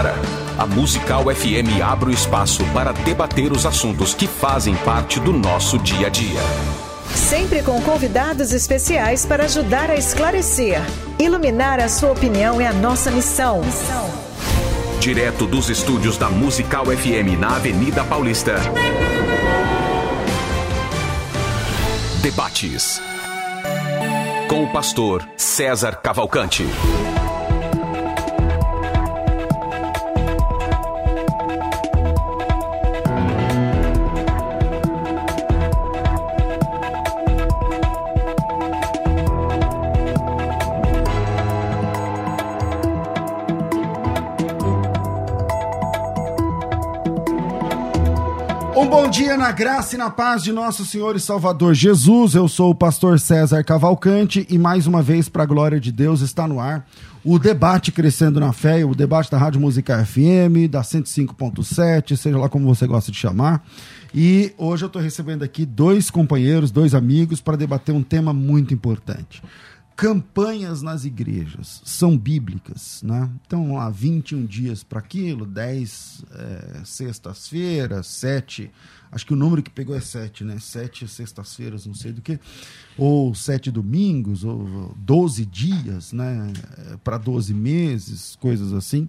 Agora, a Musical FM abre o espaço para debater os assuntos que fazem parte do nosso dia a dia. Sempre com convidados especiais para ajudar a esclarecer. Iluminar a sua opinião é a nossa missão. Direto dos estúdios da Musical FM na Avenida Paulista. Debates. Com o pastor César Cavalcante. Bom dia na graça e na paz de nosso Senhor e Salvador Jesus. Eu sou o pastor César Cavalcante e mais uma vez, para a glória de Deus, está no ar o debate Crescendo na Fé, o debate da Rádio Musical FM, da 105.7, seja lá como você gosta de chamar. E hoje eu estou recebendo aqui dois companheiros, dois amigos, para debater um tema muito importante. Campanhas nas igrejas são bíblicas, né? Então, há 21 dias para aquilo, 10 sextas-feiras, 7, acho que o número que pegou é 7, né? 7 sextas-feiras, não sei do que, ou 7 domingos, ou 12 dias, né? Para 12 meses, coisas assim.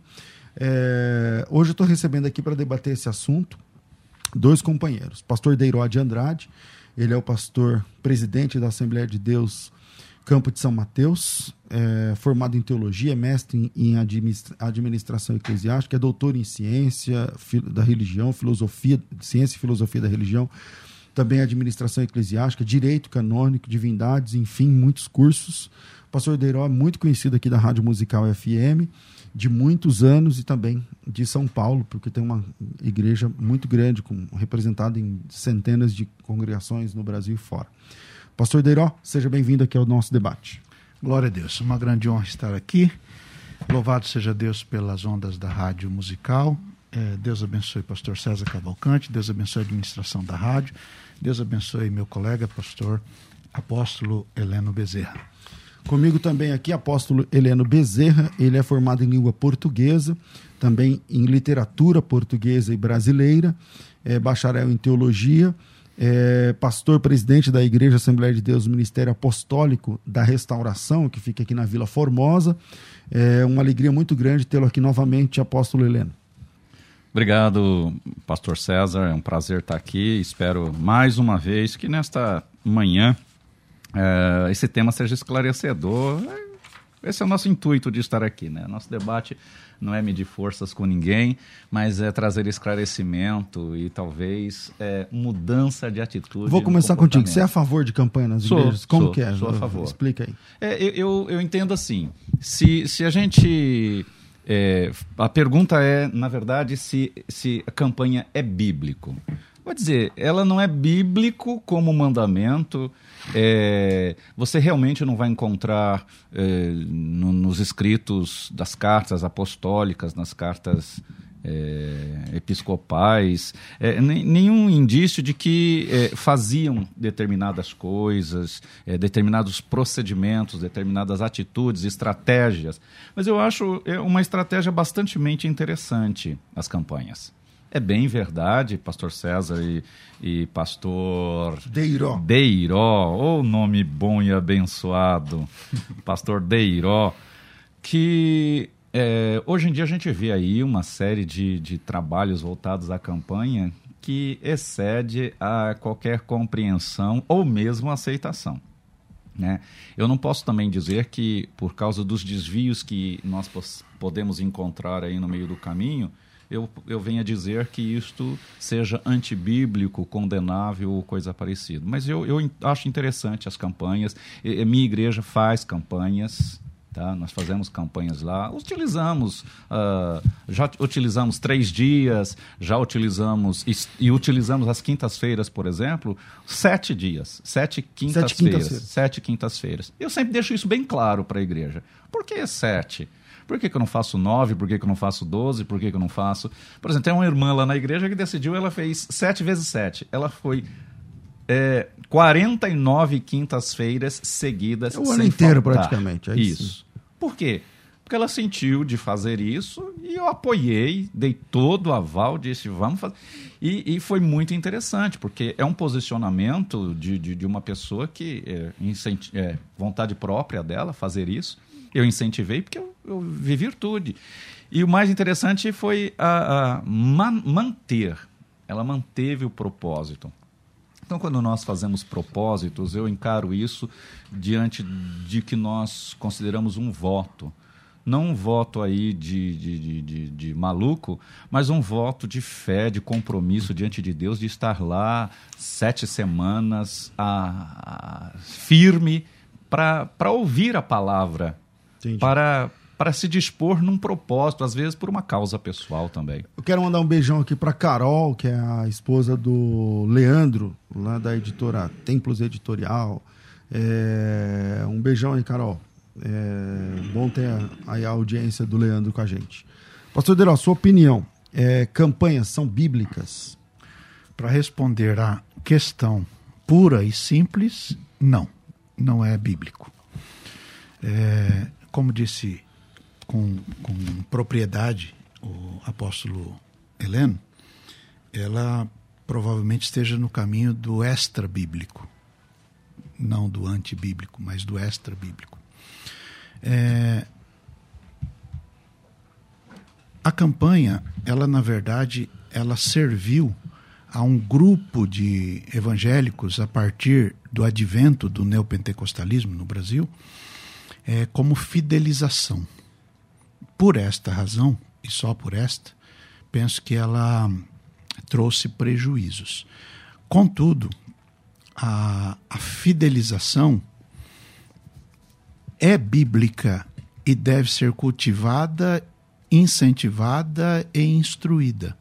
Hoje eu estou recebendo aqui para debater esse assunto dois companheiros. Pastor Deiró de Andrade, ele é o pastor presidente da Assembleia de Deus Campo de São Mateus, formado em teologia, mestre em administração eclesiástica, é doutor em ciência da religião, ciência e filosofia da religião, também administração eclesiástica, direito canônico, divindades, enfim, muitos cursos. O pastor Deiró é muito conhecido aqui da Rádio Musical FM, de muitos anos e também de São Paulo, porque tem uma igreja muito grande, representada em centenas de congregações no Brasil e fora. Pastor Deiró, seja bem-vindo aqui ao nosso debate. Glória a Deus, uma grande honra estar aqui. Louvado seja Deus pelas ondas da Rádio Musical. Deus abençoe pastor César Cavalcante, Deus abençoe a administração da rádio, Deus abençoe meu colega, pastor Apóstolo Heleno Bezerra. Comigo também aqui, apóstolo Heleno Bezerra, ele é formado em língua portuguesa, também em literatura portuguesa e brasileira, bacharel em teologia, pastor presidente da Igreja Assembleia de Deus, Ministério Apostólico da Restauração, que fica aqui na Vila Formosa. É uma alegria muito grande tê-lo aqui novamente, apóstolo Heleno. Obrigado, pastor César, é um prazer estar aqui. Espero mais uma vez que nesta manhã esse tema seja esclarecedor. Esse é o nosso intuito de estar aqui, né? Nosso debate não é medir forças com ninguém, mas é trazer esclarecimento e talvez mudança de atitude. Vou começar contigo. Você é a favor de campanha nas igrejas? Como que é? Sou a favor. Explica aí. Eu entendo assim, se a gente... a pergunta é, na verdade, se a campanha é bíblico. Vou dizer, ela não é bíblico como mandamento. Você realmente não vai encontrar nos escritos das cartas apostólicas, nas cartas episcopais, nenhum indício de que faziam determinadas coisas, determinados procedimentos, determinadas atitudes, estratégias. Mas eu acho uma estratégia bastante interessante as campanhas. É bem verdade, pastor César e pastor Deiró, nome bom e abençoado, pastor Deiró, que hoje em dia a gente vê aí uma série de trabalhos voltados à campanha que excede a qualquer compreensão ou mesmo aceitação, né? Eu não posso também dizer que, por causa dos desvios que nós podemos encontrar aí no meio do caminho, eu venho a dizer que isto seja antibíblico, condenável ou coisa parecida. Mas eu acho interessante as campanhas. Minha igreja faz campanhas, tá? Nós fazemos campanhas lá. Já utilizamos 3 dias, já utilizamos, e utilizamos as quintas-feiras, por exemplo, 7 dias, 7 quintas-feiras. Eu sempre deixo isso bem claro para a igreja. Por que 7? Por que eu não faço 9? Por que eu não faço 12? Por que eu não faço... Por exemplo, tem uma irmã lá na igreja que decidiu, ela fez 7 vezes 7. Ela foi 49 quintas-feiras seguidas. O ano inteiro, praticamente. Isso. Por quê? porque ela sentiu de fazer isso e eu apoiei, dei todo o aval, disse, vamos fazer. E foi muito interessante, porque é um posicionamento de uma pessoa que vontade própria dela fazer isso. Eu incentivei porque eu vi virtude. E o mais interessante foi manter. Ela manteve o propósito. Então, quando nós fazemos propósitos, eu encaro isso diante de que nós consideramos um voto. Não um voto aí de maluco, mas um voto de fé, de compromisso diante de Deus, de estar lá 7 semanas firme para ouvir a palavra, para se dispor num propósito, às vezes por uma causa pessoal também. Eu quero mandar um beijão aqui para Carol, que é a esposa do Leandro, lá da editora Templos Editorial. Um beijão aí, Carol. Bom ter aí a audiência do Leandro com a gente. Pastor Deró, sua opinião, campanhas são bíblicas? Para responder à questão pura e simples, não é bíblico. Como disse com propriedade o apóstolo Heleno, ela provavelmente esteja no caminho do extra-bíblico, não do antibíblico, mas do extra-bíblico. A campanha, ela na verdade, ela serviu a um grupo de evangélicos a partir do advento do neopentecostalismo no Brasil, como fidelização. Por esta razão, e só por esta, penso que ela trouxe prejuízos. Contudo, a fidelização é bíblica e deve ser cultivada, incentivada e instruída.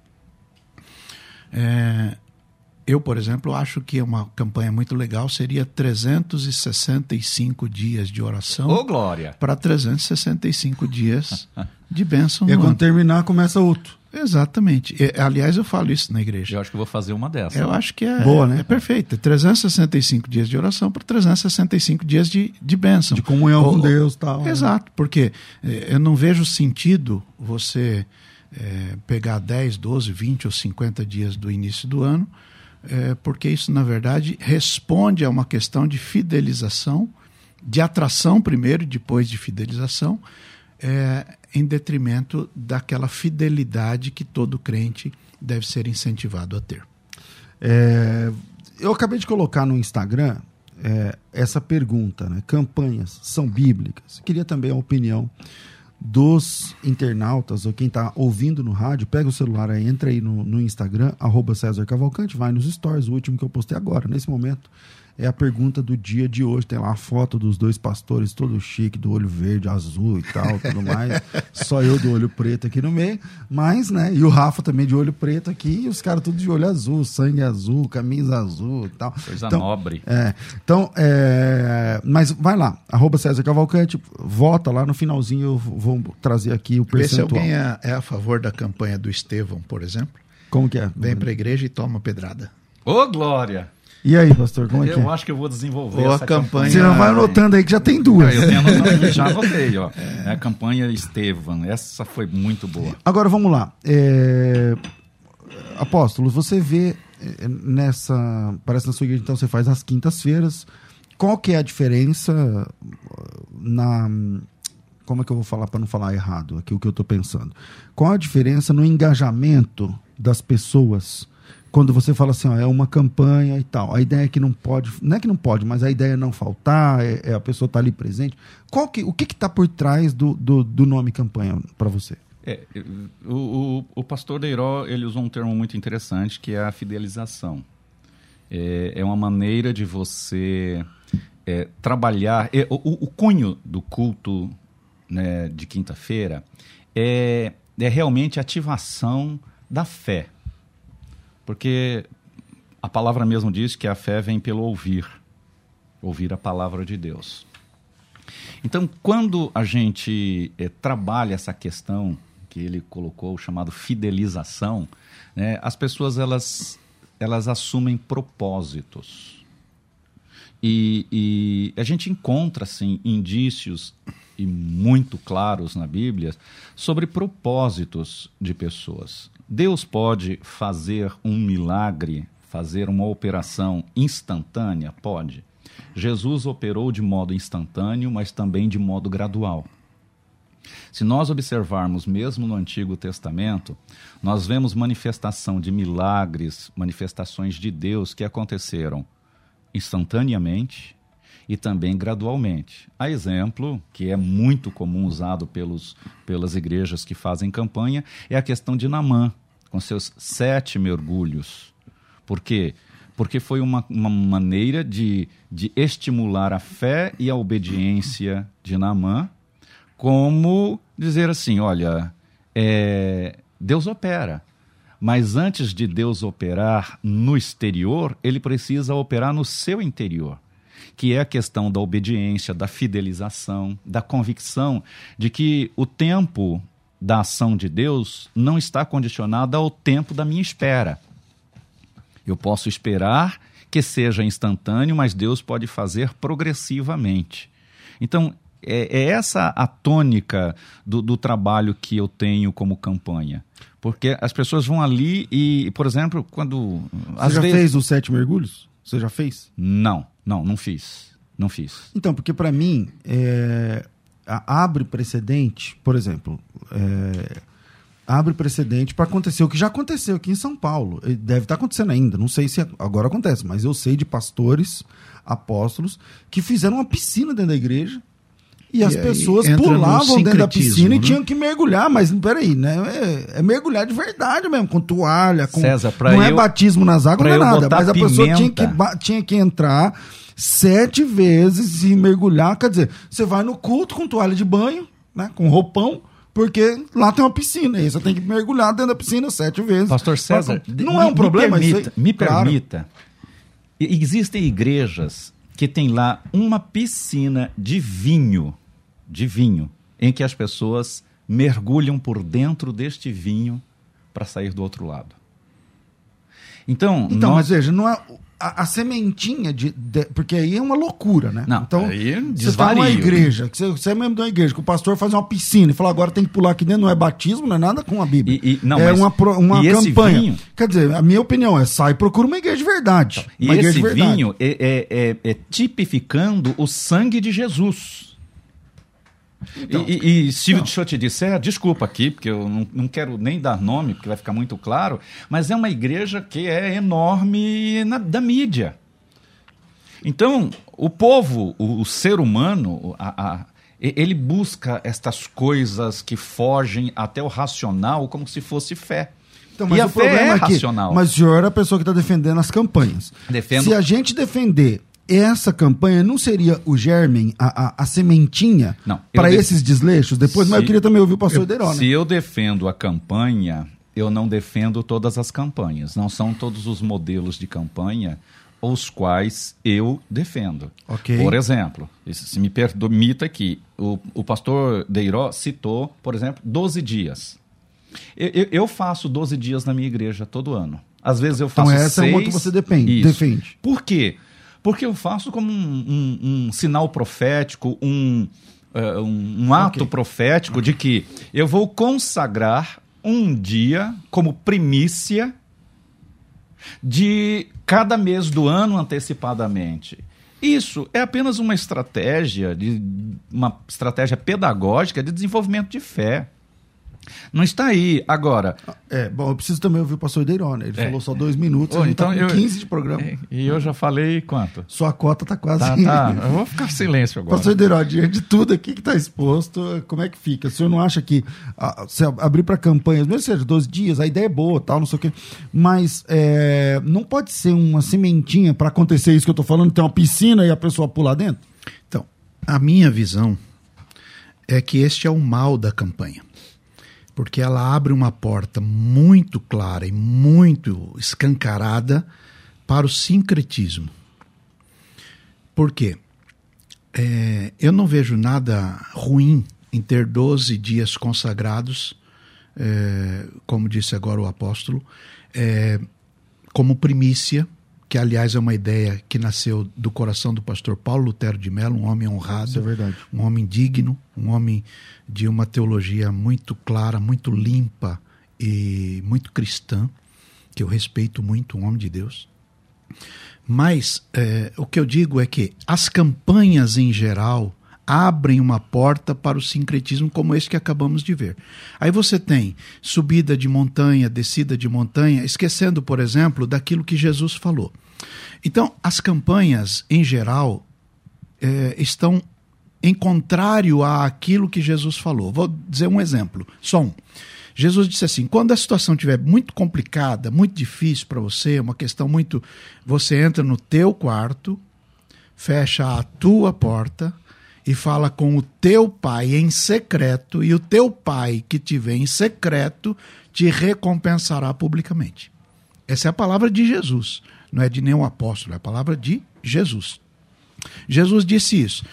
Eu, por exemplo, acho que uma campanha muito legal seria 365 dias de oração. Ô, glória! Para 365 dias de bênção. E quando terminar, começa outro. Exatamente. Aliás, eu falo isso na igreja. Eu acho que vou fazer uma dessas. Eu acho que boa, né? É perfeito. 365 dias de oração para 365 dias de bênção. De comunhão com Deus e tal. Exato, porque eu não vejo sentido você pegar 10, 12, 20 ou 50 dias do início do ano, porque isso, na verdade, responde a uma questão de fidelização, de atração primeiro, depois de fidelização, em detrimento daquela fidelidade que todo crente deve ser incentivado a ter. Eu acabei de colocar no Instagram essa pergunta, né? Campanhas são bíblicas? Eu queria também a opinião dos internautas, ou quem está ouvindo no rádio. Pega o celular aí, entra aí no Instagram, @César Cavalcante, vai nos stories, o último que eu postei agora, nesse momento. É a pergunta do dia de hoje. Tem lá a foto dos dois pastores, todo chique, do olho verde, azul e tal, tudo mais. Só eu do olho preto aqui no meio. Mas, né? E o Rafa também de olho preto aqui. E os caras tudo de olho azul, sangue azul, camisa azul e tal. Coisa nobre. Mas vai lá, @César Cavalcante, vota lá no finalzinho. Eu vou trazer aqui o percentual. Vê se alguém é a favor da campanha do Estevão, por exemplo. Como que é? Vem para a igreja e toma pedrada. Ô, glória! E aí, pastor, como é que é? Eu acho que eu vou desenvolver essa campanha. Você não vai anotando aí que já tem duas. Eu tenho anotado, já anotei, ó. É a campanha Estevão. Essa foi muito boa. Agora, vamos lá. Apóstolo, você vê parece na sua igreja, então você faz às quintas-feiras. Qual que é a diferença como é que eu vou falar para não falar errado aqui o que eu estou pensando? Qual a diferença no engajamento das pessoas quando você fala assim, é uma campanha e tal? A ideia é que não pode, não é que não pode, mas a ideia é não faltar, a pessoa estar ali presente. O que está por trás do nome campanha para você? O pastor Deiró, ele usou um termo muito interessante, que é a fidelização. É uma maneira de você trabalhar. O cunho do culto, né, de quinta-feira é realmente a ativação da fé. Porque a palavra mesmo diz que a fé vem pelo ouvir a palavra de Deus. Então, quando a gente trabalha essa questão que ele colocou, chamado fidelização, né, as pessoas elas assumem propósitos. E a gente encontra, assim, indícios e muito claros na Bíblia sobre propósitos de pessoas. Deus pode fazer um milagre, fazer uma operação instantânea? Pode. Jesus operou de modo instantâneo, mas também de modo gradual. Se nós observarmos mesmo no Antigo Testamento, nós vemos manifestação de milagres, manifestações de Deus que aconteceram instantaneamente e também gradualmente. A exemplo, que é muito comum usado pelas igrejas que fazem campanha, é a questão de Naamã, com seus 7 mergulhos. Por quê? Porque foi uma maneira de estimular a fé e a obediência de Naamã, como dizer assim, olha, Deus opera, mas antes de Deus operar no exterior, ele precisa operar no seu interior, que é a questão da obediência, da fidelização, da convicção de que o tempo da ação de Deus não está condicionado ao tempo da minha espera. Eu posso esperar que seja instantâneo, mas Deus pode fazer progressivamente. Então, é essa a tônica do trabalho que eu tenho como campanha. Porque as pessoas vão ali e, por exemplo, quando... Você já fez os 7 mergulhos? Você já fez? Não fiz. Então, porque para mim, abre precedente, por exemplo, abre precedente para acontecer o que já aconteceu aqui em São Paulo. Deve estar acontecendo ainda, não sei se agora acontece, mas eu sei de pastores, apóstolos, que fizeram uma piscina dentro da igreja e as pessoas pulavam dentro da piscina, né? E tinham que mergulhar, mas peraí, né? É mergulhar de verdade mesmo, com toalha, com... César, não é batismo nas águas, não é nada, mas a pessoa tinha que entrar 7 vezes e mergulhar, quer dizer, você vai no culto com toalha de banho, né? Com roupão, porque lá tem uma piscina, e você tem que mergulhar dentro da piscina 7 vezes. Pastor César, não é um problema isso aí? Me permita, existem igrejas que tem lá uma piscina de vinho, em que as pessoas mergulham por dentro deste vinho para sair do outro lado. Então mas veja, não é a sementinha porque aí é uma loucura, né? Não, então, aí você tá numa igreja, que você é membro de uma igreja, que o pastor faz uma piscina e fala, agora tem que pular aqui dentro, não é batismo, não é nada com a Bíblia. Uma campanha. Quer dizer, a minha opinião sai e procura uma igreja de verdade. E esse vinho é tipificando o sangue de Jesus. Então, se eu te disser, desculpa aqui, porque eu não quero nem dar nome, porque vai ficar muito claro, mas é uma igreja que é enorme da mídia. Então, o povo, o ser humano, ele busca estas coisas que fogem até o racional como se fosse fé. Então, mas e a fé é racional. Mas o senhor é a pessoa que está defendendo as campanhas. Se a gente defender essa campanha, não seria o germen, a sementinha para esses desleixos depois? Mas eu queria também ouvir o pastor Deiró, né? Se eu defendo a campanha, eu não defendo todas as campanhas. Não são todos os modelos de campanha os quais eu defendo. Okay. Por exemplo, se me permita aqui, o pastor Deiró citou, por exemplo, 12 dias. Eu faço 12 dias na minha igreja todo ano. Às vezes eu faço 6. Então essa é uma que você defende. Por quê? Porque eu faço como um sinal profético, um ato profético de que eu vou consagrar um dia como primícia de cada mês do ano antecipadamente. Isso é apenas uma estratégia pedagógica de desenvolvimento de fé. Não está aí. Agora... eu preciso também ouvir o pastor Deiró, né? Ele falou só 2 minutos, a gente então tá com 15 de programa. E eu já falei quanto? Sua cota tá quase... Tá. Eu vou ficar em silêncio agora. Pastor Deiró, diante de tudo aqui que está exposto, como é que fica? O senhor não acha que se abrir para campanhas, mesmo que seja 12 dias, a ideia é boa, tal, não sei o quê, mas não pode ser uma sementinha para acontecer isso que eu estou falando, ter uma piscina e a pessoa pular dentro? Então, a minha visão é que este é o mal da campanha. Porque ela abre uma porta muito clara e muito escancarada para o sincretismo. Por quê? Eu não vejo nada ruim em ter 12 dias consagrados, como disse agora o apóstolo, como primícia, que aliás é uma ideia que nasceu do coração do pastor Paulo Lutero de Mello, um homem honrado, Isso é verdade. um homem digno, um homem de uma teologia muito clara, muito limpa e muito cristã, que eu respeito muito, um homem de Deus. Mas o que eu digo é que as campanhas em geral abrem uma porta para o sincretismo como esse que acabamos de ver. Aí você tem subida de montanha, descida de montanha, esquecendo, por exemplo, daquilo que Jesus falou. Então, as campanhas, em geral, estão em contrário àquilo que Jesus falou. Vou dizer um exemplo, só um. Jesus disse assim, quando a situação estiver muito complicada, muito difícil para você, uma questão muito... Você entra no teu quarto, fecha a tua porta e fala com o teu pai em secreto, e o teu pai que te vê em secreto te recompensará publicamente. Essa é a palavra de Jesus, não é de nenhum apóstolo, é a palavra de Jesus. Jesus disse isso.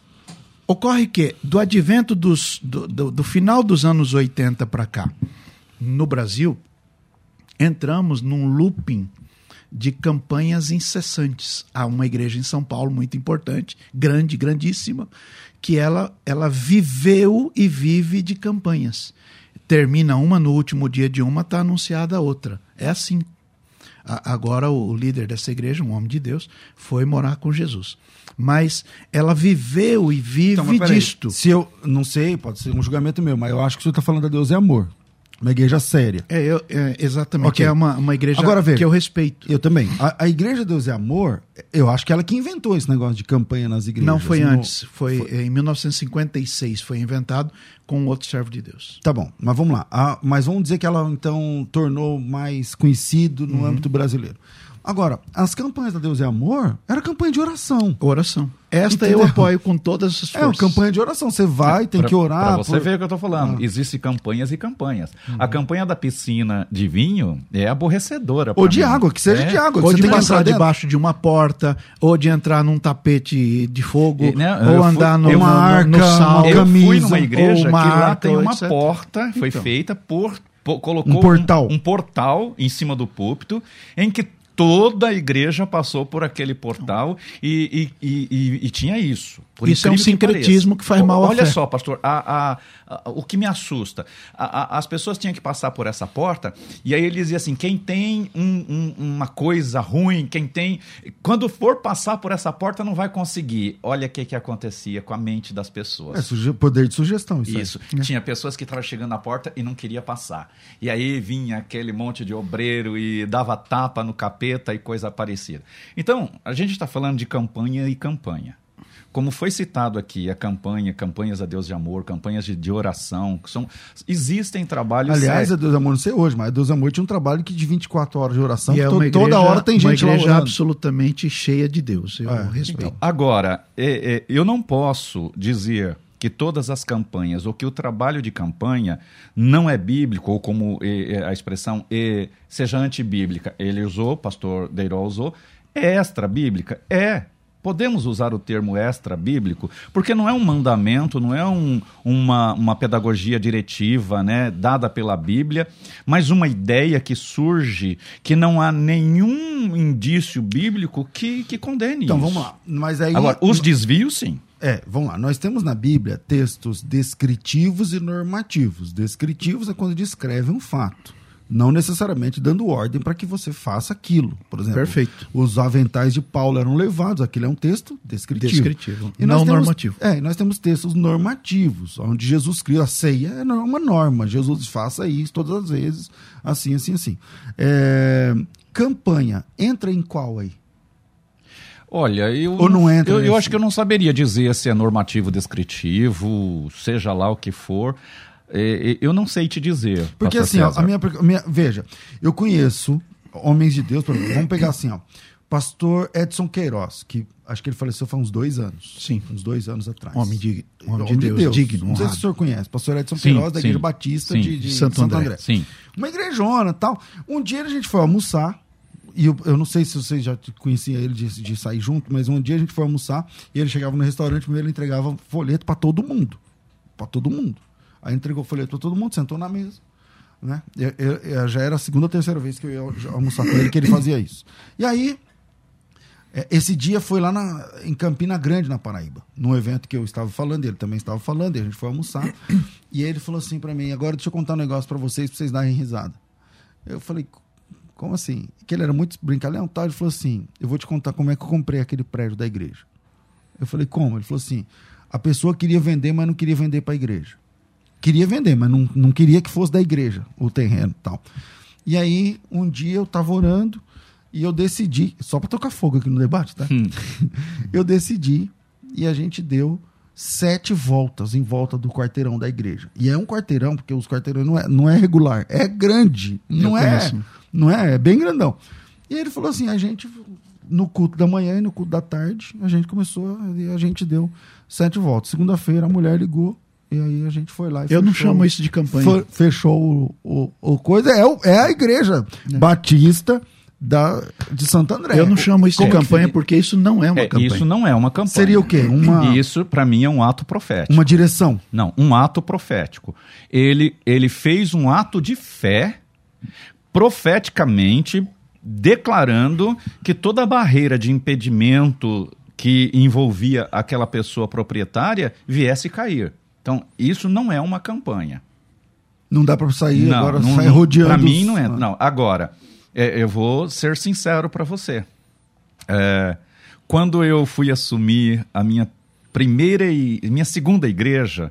Ocorre que, do advento do final dos anos 80 para cá, no Brasil, entramos num looping de campanhas incessantes. Há uma igreja em São Paulo muito importante, grande, grandíssima, que ela viveu e vive de campanhas. Termina uma, no último dia de uma está anunciada a outra. É assim. Agora o líder dessa igreja, um homem de Deus, foi morar com Jesus. Mas ela viveu e vive disto. Se eu não sei, pode ser um julgamento meu, mas eu acho que o senhor está falando da Deus é Amor. Uma igreja séria. Exatamente. Okay. É uma igreja agora, veja, que eu respeito. Eu também. A igreja Deus é Amor, eu acho que ela que inventou esse negócio de campanha nas igrejas. Não, foi antes. Foi em 1956. Foi inventado com outro servo de Deus. Tá bom, mas vamos lá. Mas vamos dizer que ela, então, tornou mais conhecido no âmbito brasileiro. Agora, as campanhas da Deus é Amor era campanha de oração. Oração. Esta Entendeu? eu apoio com todas as forças. É uma campanha de oração. Você vai, tem que orar. Para você ver o que eu estou falando. Existem campanhas e campanhas. A campanha da piscina de vinho é aborrecedora. Ou de água, que seja de água. Ou de tem que passar entrar debaixo de uma porta, ou de entrar num tapete de fogo, né, ou andar no sal. Eu camisa, fui numa igreja que lá arca, tem uma etc. porta, foi feita colocou um um portal em cima do púlpito, em que toda a igreja passou por aquele portal e tinha isso. Isso é um sincretismo que faz mal à fé. Olha só, pastor, o que me assusta, as pessoas tinham que passar por essa porta, e aí ele dizia assim, quem tem uma coisa ruim, quando for passar por essa porta não vai conseguir. Olha o que acontecia com a mente das pessoas. Poder de sugestão. Isso. Tinha pessoas que estavam chegando na porta e não queria passar. E aí vinha aquele monte de obreiro e dava tapa no capeta e coisa parecida. Então, a gente está falando de campanha e campanha. Como foi citado aqui, campanhas a Deus de Amor, campanhas de oração, existem trabalhos... Aliás, a Deus de Amor, não sei hoje, mas a Deus de Amor tinha um trabalho que de 24 horas de oração, e toda hora tem gente lá orando. Uma igreja absolutamente cheia de Deus, eu respeito. Então, agora, eu não posso dizer que todas as campanhas, ou que o trabalho de campanha não é bíblico, ou como a expressão seja antibíblica. Ele usou, o pastor Deiró usou, é extra-bíblica? Podemos usar o termo extra-bíblico, porque não é um mandamento, não é uma pedagogia diretiva, né, dada pela Bíblia, mas uma ideia que surge, que não há nenhum indício bíblico que condene então, isso. Vamos lá. Mas aí... Agora, os desvios, sim. Vamos lá. Nós temos na Bíblia textos descritivos e normativos. Descritivos é quando descreve um fato. Não necessariamente dando ordem para que você faça aquilo. Por exemplo, perfeito. Os aventais de Paulo eram levados. Aquilo é um texto descritivo. E não normativo. Nós temos textos normativos, onde Jesus criou a ceia, é uma norma. Jesus faça isso todas as vezes, assim. Campanha, entra em qual aí? Olha, ou não entra eu acho que eu não saberia dizer se é normativo, descritivo, seja lá o que for. Eu não sei te dizer. Porque assim, veja, eu conheço homens de Deus, por exemplo, vamos pegar assim, pastor Edson Queiroz, que acho que ele faleceu faz uns 2 anos. Sim. Uns 2 anos atrás. Homem de Deus, digno, não sei se o senhor conhece, pastor Edson Queiroz, da Igreja Batista de Santo André. Sim. Uma igrejona e tal. Um dia a gente foi almoçar, e eu não sei se vocês já conheciam ele de sair junto, mas um dia a gente foi almoçar, e ele chegava no restaurante, primeiro ele entregava folheto para todo mundo. Aí entregou o folheto para todo mundo, sentou na mesa. Né? Já era a 2ª ou 3ª vez que eu ia almoçar com ele que ele fazia isso. E aí, Esse dia foi lá em Campina Grande, na Paraíba, num evento que eu estava falando, ele também estava falando, e a gente foi almoçar. E aí ele falou assim pra mim: agora deixa eu contar um negócio pra vocês darem risada. Eu falei: como assim? Que ele era muito brincalhão, tá? Ele falou assim: eu vou te contar como é que eu comprei aquele prédio da igreja. Eu falei: como? Ele falou assim: a pessoa queria vender, mas não queria vender pra igreja. Queria vender, mas não queria que fosse da igreja, o terreno e tal. E aí, um dia eu tava orando, e eu decidi, só para tocar fogo aqui no debate, tá? Eu decidi, e a gente deu 7 voltas em volta do quarteirão da igreja. E é um quarteirão, porque os quarteirões não é regular, é grande. Não é bem grandão. E ele falou assim: a gente, no culto da manhã e no culto da tarde, a gente começou, e a gente deu 7 voltas. Segunda-feira a mulher ligou, e aí a gente foi lá e Eu não chamo isso de campanha. Fechou o coisa. É a igreja batista de Santo André. Eu não chamo isso de campanha porque isso não é uma campanha. Isso não é uma campanha. Seria o quê? Isso, para mim, é um ato profético. Uma direção? Não, um ato profético. Ele fez um ato de fé, profeticamente, declarando que toda barreira de impedimento que envolvia aquela pessoa proprietária viesse cair. Então, isso não é uma campanha. Não dá para sair não, agora, não, sai rodeando. Para mim, não é. Não, agora... eu vou ser sincero para você. Quando eu fui assumir a minha segunda igreja,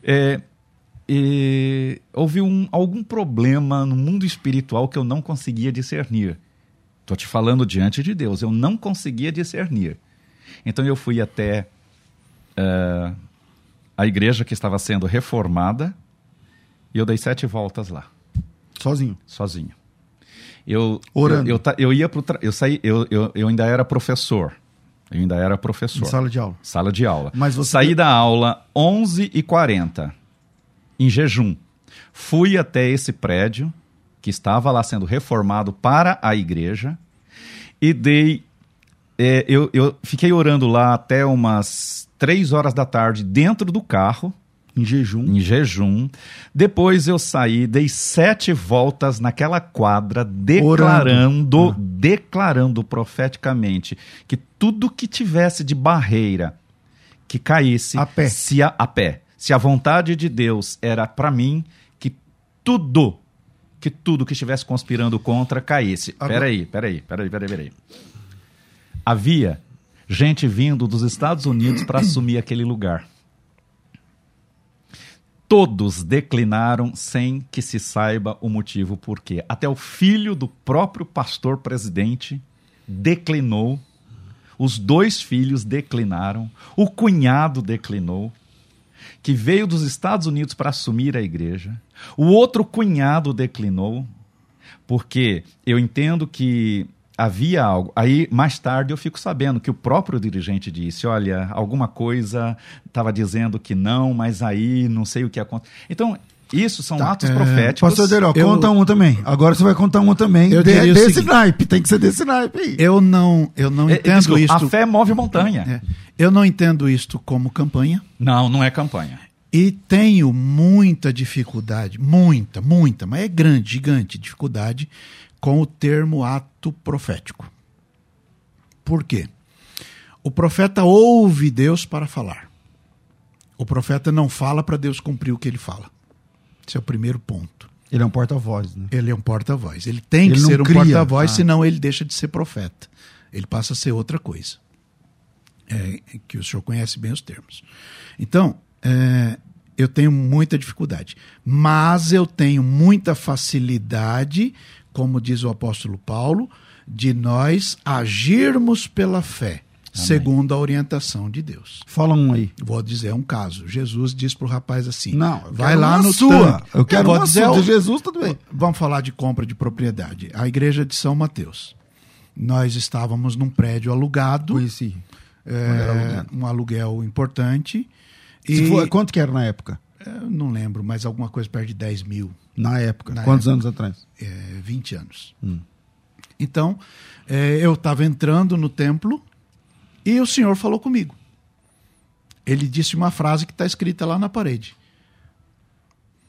houve algum problema no mundo espiritual que eu não conseguia discernir. Estou te falando diante de Deus, eu não conseguia discernir. Então eu fui até a igreja que estava sendo reformada e eu dei 7 voltas lá. Sozinho. Orando. Eu ia pro eu ainda era professor. Em sala de aula. Sala de aula. Mas você saí da aula 11h40 em jejum. Fui até esse prédio que estava lá sendo reformado para a igreja e eu fiquei orando lá até umas 3 horas da tarde dentro do carro. Em jejum. Depois eu saí, dei 7 voltas naquela quadra, declarando profeticamente que tudo que tivesse de barreira que caísse a pé. Se a vontade de Deus era para mim, que tudo que estivesse conspirando contra caísse. Peraí. Havia gente vindo dos Estados Unidos para assumir aquele lugar. Todos declinaram sem que se saiba o motivo por quê. Até o filho do próprio pastor presidente declinou, os 2 filhos declinaram, o cunhado declinou, que veio dos Estados Unidos para assumir a igreja, o outro cunhado declinou, porque eu entendo que havia algo. Aí, mais tarde, eu fico sabendo que o próprio dirigente disse: olha, alguma coisa estava dizendo que não, mas aí não sei o que aconteceu. Então, isso são atos proféticos. Pastor Deró, conta um também. Agora você vai contar um também. Desse naipe, tem que ser desse naipe aí. Eu não entendo isso. A fé move montanha. Eu não entendo isto como campanha. Não é campanha. E tenho muita dificuldade, muita, mas é grande, gigante dificuldade com o termo ato profético. Por quê? O profeta ouve Deus para falar. O profeta não fala para Deus cumprir o que ele fala. Esse é o primeiro ponto. Ele é um porta-voz, né? Ele é um porta-voz. Ele tem que ser um porta-voz, senão ele deixa de ser profeta. Ele passa a ser outra coisa. Que o senhor conhece bem os termos. Então, eu tenho muita dificuldade. Mas eu tenho muita facilidade, como diz o apóstolo Paulo, de nós agirmos pela fé, segundo a orientação de Deus. Fala um aí. Vou dizer um caso. Jesus diz para o rapaz assim: não, vai lá no sua. tanque. Eu quero uma sua. De Jesus, tudo bem. Vamos falar de compra de propriedade. A igreja de São Mateus. Nós estávamos num prédio alugado. Conheci. Um aluguel importante. Quanto que era na época? Eu não lembro, mas alguma coisa perto de 10 mil. Na época? Quantos anos atrás? 20 anos. Então, eu estava entrando no templo e o Senhor falou comigo. Ele disse uma frase que está escrita lá na parede.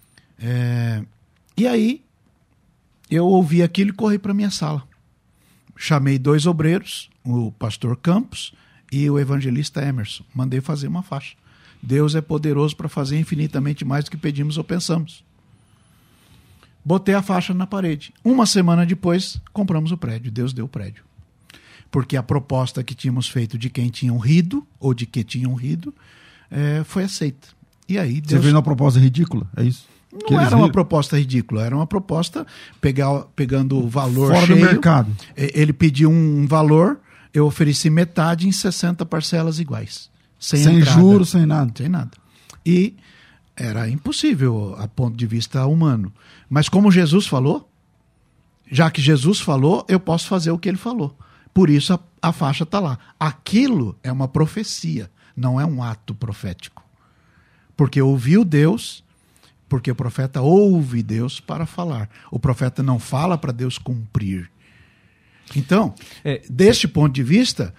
E aí, eu ouvi aquilo e corri para minha sala. chamei 2 obreiros, o pastor Campos e o evangelista Emerson. Mandei fazer uma faixa. Deus é poderoso para fazer infinitamente mais do que pedimos ou pensamos. Botei a faixa na parede. Uma semana depois, compramos o prédio. Deus deu o prédio. Porque a proposta que tínhamos feito de quem tinham rido, ou de que tinham rido, foi aceita. E aí Deus... Você fez uma proposta ridícula, é isso? Não era uma proposta ridícula, era uma proposta pegando o valor fora cheio. do mercado. Ele pediu um valor, eu ofereci metade em 60 parcelas iguais. Sem juros, sem nada. Sem nada. E era impossível a ponto de vista humano. Mas como Jesus falou, já que Jesus falou, eu posso fazer o que ele falou. Por isso a faixa está lá. Aquilo é uma profecia, não é um ato profético. Porque ouviu Deus, porque o profeta ouve Deus para falar. O profeta não fala para Deus cumprir. Então, deste ponto de vista,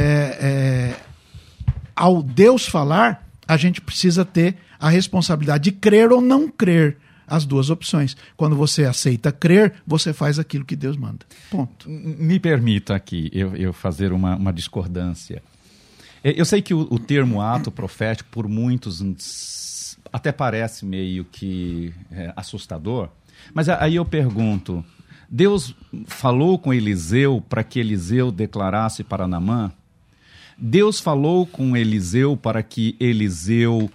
ao Deus falar, a gente precisa ter a responsabilidade de crer ou não crer. As 2 opções. Quando você aceita crer, você faz aquilo que Deus manda. Ponto. Me permita aqui eu fazer uma discordância. Eu sei que o termo ato profético, por muitos, até parece meio que assustador, mas aí eu pergunto, Deus falou com Eliseu para que Eliseu declarasse para Naamã? Deus falou com Eliseu para que Eliseu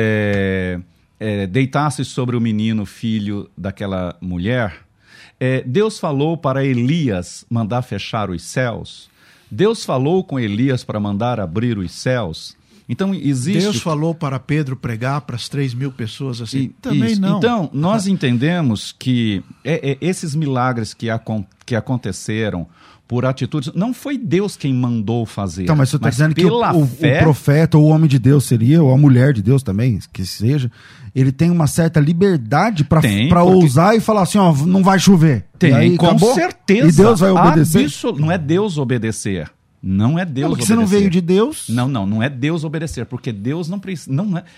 deitasse sobre o menino filho daquela mulher? Deus falou para Elias mandar fechar os céus? Deus falou com Elias para mandar abrir os céus? Então existe... Deus falou para Pedro pregar para as 3.000 pessoas assim? Também isso. não. Então, nós entendemos que esses milagres que aconteceram por atitudes, não foi Deus quem mandou fazer. Então, mas você está dizendo que o fé... o profeta ou o homem de Deus seria, ou a mulher de Deus também, que seja, ele tem uma certa liberdade para ousar e falar assim, ó, não vai chover. Tem, e aí, com acabou? certeza. E Deus vai obedecer? Não é Deus obedecer. Não é Deus porque obedecer. você não veio de Deus? Não é Deus obedecer, porque Deus não precisa... Não é.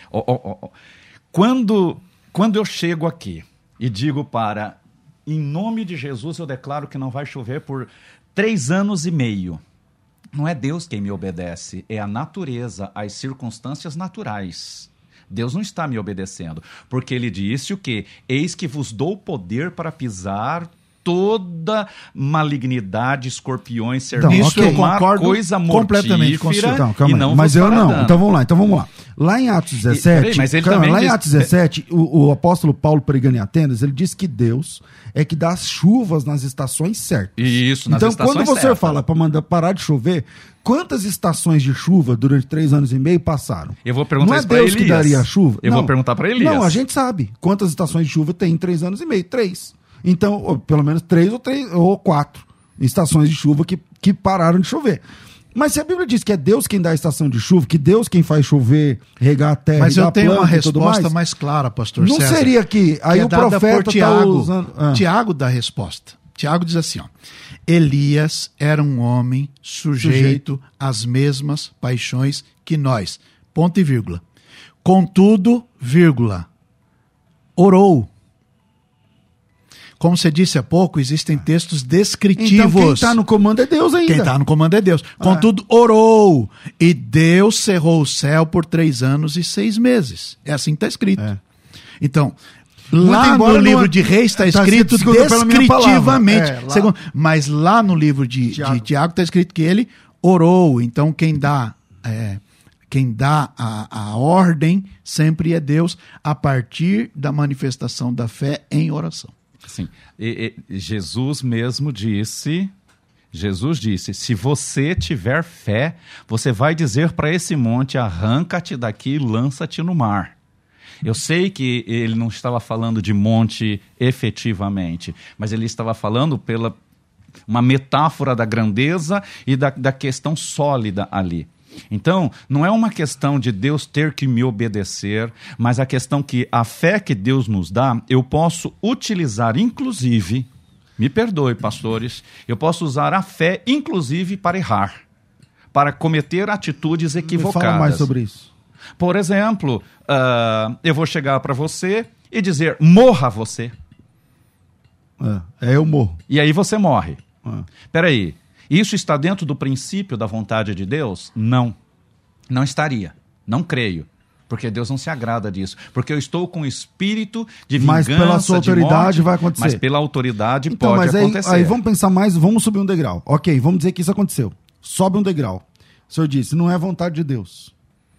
Quando eu chego aqui e digo em nome de Jesus eu declaro que não vai chover por 3 anos e meio. Não é Deus quem me obedece, é a natureza, as circunstâncias naturais. Deus não está me obedecendo, porque ele disse o quê? Eis que vos dou poder para pisar toda malignidade, escorpiões, serpentes, eu concordo coisa completamente com mortífera. Então, calma e não aí. Mas eu não. dano. Então vamos lá. Lá em Atos 17, em Atos 17, o apóstolo Paulo pregando em Atenas, ele diz que Deus é que dá as chuvas nas estações certas. Isso, nas então, estações quando você certas. fala para mandar parar de chover, quantas estações de chuva durante 3 anos e meio passaram? Eu vou perguntar não isso é para Deus Elias. que daria a chuva? Eu vou perguntar para Elias. Não, a gente sabe quantas estações de chuva tem em 3 anos e meio. 3. Então, ou pelo menos 3 ou 4 estações de chuva que pararam de chover. Mas se a Bíblia diz que é Deus quem dá a estação de chuva, que Deus quem faz chover, regar a terra, mas eu tenho uma resposta resposta mais clara, pastor Não César. seria que aí que o profeta está usando... Tiago dá a resposta. Tiago diz assim, ó, Elias era um homem sujeito às mesmas paixões que nós. Ponto e vírgula. Contudo, vírgula, orou. Como você disse há pouco, existem textos descritivos. Então quem está no comando é Deus ainda. Quem está no comando é Deus. Contudo, orou. E Deus cerrou o céu por 3 anos e 6 meses. É assim que está escrito. Então, lá no livro de Reis está escrito descritivamente. Mas lá no livro de Tiago está escrito que ele orou. Então, quem dá a ordem sempre é Deus, a partir da manifestação da fé em oração. Sim. Jesus disse, se você tiver fé, você vai dizer para esse monte, arranca-te daqui e lança-te no mar. Eu sei que ele não estava falando de monte efetivamente, mas ele estava falando pela uma metáfora da grandeza e da questão sólida ali. Então, não é uma questão de Deus ter que me obedecer, mas a questão que a fé que Deus nos dá, eu posso utilizar, inclusive, me perdoe, pastores, eu posso usar a fé, inclusive, para errar, para cometer atitudes equivocadas. Fala mais sobre isso. Por exemplo, eu vou chegar para você e dizer, morra você. Eu morro. E aí você morre. Peraí. Isso está dentro do princípio da vontade de Deus? Não. Não estaria. Não creio. Porque Deus não se agrada disso. Porque eu estou com o espírito de vingança, mas pela sua autoridade morte, vai acontecer. Mas pela autoridade então, pode mas acontecer. Aí vamos pensar mais, vamos subir um degrau. Ok, vamos dizer que isso aconteceu. Sobe um degrau. O senhor disse, não é vontade de Deus.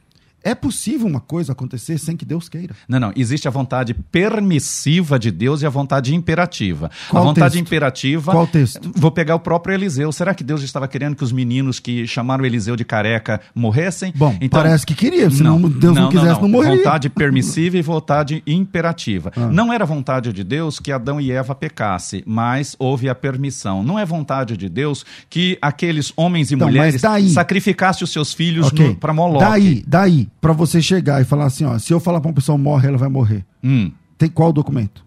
É possível uma coisa acontecer sem que Deus queira? Não. Existe a vontade permissiva de Deus e a vontade imperativa. Qual a vontade texto? imperativa... Qual texto? Vou pegar o próprio Eliseu. Será que Deus estava querendo que os meninos que chamaram Eliseu de careca morressem? Bom, então, parece que queria. Se Deus não quisesse, não morreria. Vontade permissiva e vontade imperativa. Não era vontade de Deus que Adão e Eva pecassem, mas houve a permissão. Não é vontade de Deus que aqueles homens e mulheres sacrificassem os seus filhos para Moloque. Daí, para você chegar e falar assim, ó, se eu falar para uma pessoa morre, ela vai morrer. Tem qual documento?